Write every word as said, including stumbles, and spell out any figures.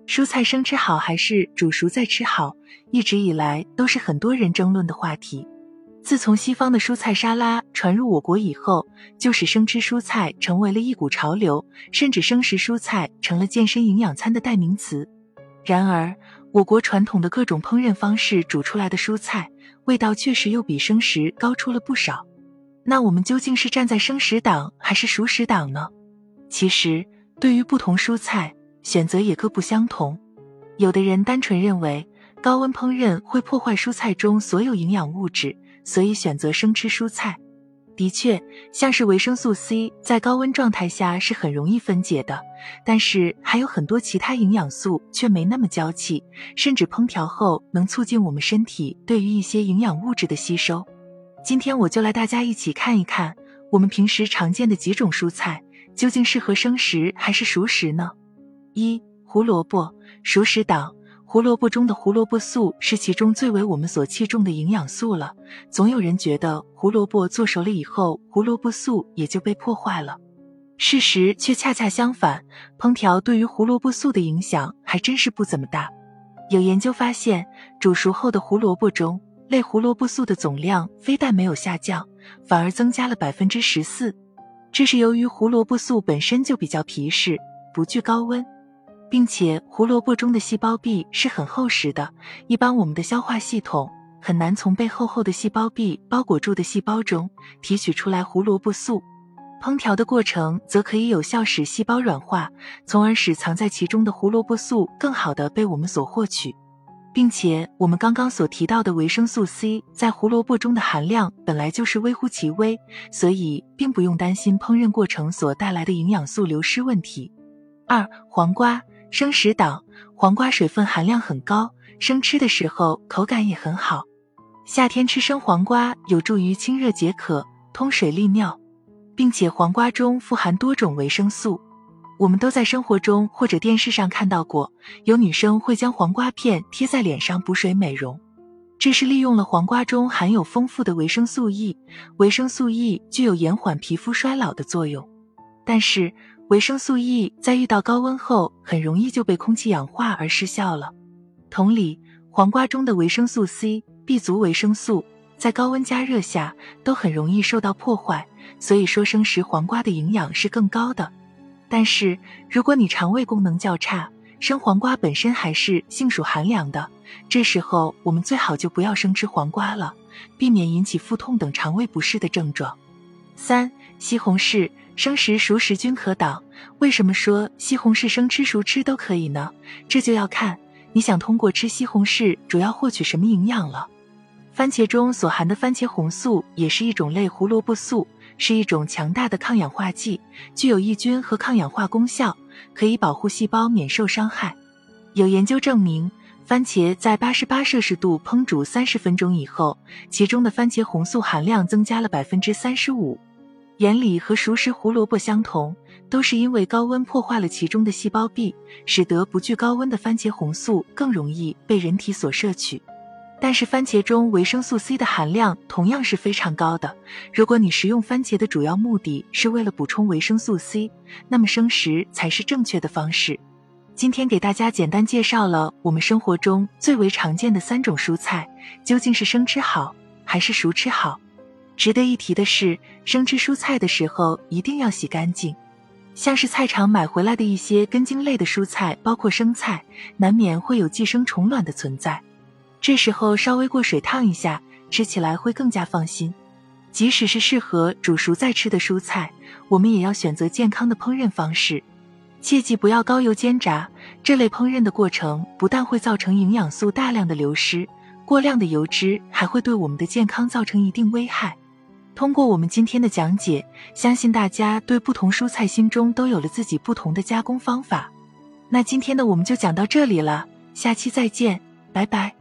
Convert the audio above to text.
蔬菜生吃好还是煮熟再吃好，一直以来都是很多人争论的话题。自从西方的蔬菜沙拉传入我国以后，就使生吃蔬菜成为了一股潮流，甚至生食蔬菜成了健身营养餐的代名词。然而，我国传统的各种烹饪方式煮出来的蔬菜，味道确实又比生食高出了不少。那我们究竟是站在生食党还是熟食党呢？其实，对于不同蔬菜，选择也各不相同。有的人单纯认为高温烹饪会破坏蔬菜中所有营养物质，所以选择生吃蔬菜。的确，像是维生素 C 在高温状态下是很容易分解的，但是还有很多其他营养素却没那么娇气，甚至烹调后能促进我们身体对于一些营养物质的吸收。今天我就来大家一起看一看，我们平时常见的几种蔬菜究竟适合生食还是熟食呢？一、胡萝卜，熟食党。胡萝卜中的胡萝卜素是其中最为我们所器重的营养素了，总有人觉得胡萝卜做熟了以后，胡萝卜素也就被破坏了。事实却恰恰相反，烹调对于胡萝卜素的影响还真是不怎么大。有研究发现，煮熟后的胡萝卜中，类胡萝卜素的总量非但没有下降，反而增加了 百分之十四。 这是由于胡萝卜素本身就比较皮实，不惧高温。并且胡萝卜中的细胞壁是很厚实的，一般我们的消化系统很难从被厚厚的细胞壁包裹住的细胞中提取出来胡萝卜素。烹调的过程则可以有效使细胞软化，从而使藏在其中的胡萝卜素更好地被我们所获取。并且我们刚刚所提到的维生素 C 在胡萝卜中的含量本来就是微乎其微，所以并不用担心烹饪过程所带来的营养素流失问题。二、黄瓜，生食党。黄瓜水分含量很高，生吃的时候口感也很好。夏天吃生黄瓜有助于清热解渴、通水利尿，并且黄瓜中富含多种维生素。我们都在生活中或者电视上看到过，有女生会将黄瓜片贴在脸上补水美容。这是利用了黄瓜中含有丰富的维生素 E， 维生素 E 具有延缓皮肤衰老的作用。但是维生素 E 在遇到高温后很容易就被空气氧化而失效了。同理，黄瓜中的维生素 C、B 族维生素在高温加热下都很容易受到破坏，所以说生食黄瓜的营养是更高的。但是如果你肠胃功能较差，生黄瓜本身还是性属寒凉的，这时候我们最好就不要生吃黄瓜了，避免引起腹痛等肠胃不适的症状。三、西红柿，生食熟食均可党。为什么说西红柿生吃熟吃都可以呢？这就要看你想通过吃西红柿主要获取什么营养了。番茄中所含的番茄红素也是一种类胡萝卜素，是一种强大的抗氧化剂，具有抑菌和抗氧化功效，可以保护细胞免受伤害。有研究证明，番茄在八十八摄氏度烹煮三十分钟以后，其中的番茄红素含量增加了 百分之三十五。原理和熟食胡萝卜相同，都是因为高温破坏了其中的细胞壁，使得不惧高温的番茄红素更容易被人体所摄取。但是番茄中维生素 C 的含量同样是非常高的，如果你食用番茄的主要目的是为了补充维生素 C， 那么生食才是正确的方式。今天给大家简单介绍了我们生活中最为常见的三种蔬菜，究竟是生吃好还是熟吃好？值得一提的是，生吃蔬菜的时候一定要洗干净。像是菜场买回来的一些根茎类的蔬菜，包括生菜，难免会有寄生虫卵的存在。这时候稍微过水烫一下，吃起来会更加放心。即使是适合煮熟再吃的蔬菜，我们也要选择健康的烹饪方式，切记不要高油煎炸。这类烹饪的过程不但会造成营养素大量的流失，过量的油脂还会对我们的健康造成一定危害。通过我们今天的讲解，相信大家对不同蔬菜心中都有了自己不同的加工方法。那今天的我们就讲到这里了，下期再见，拜拜。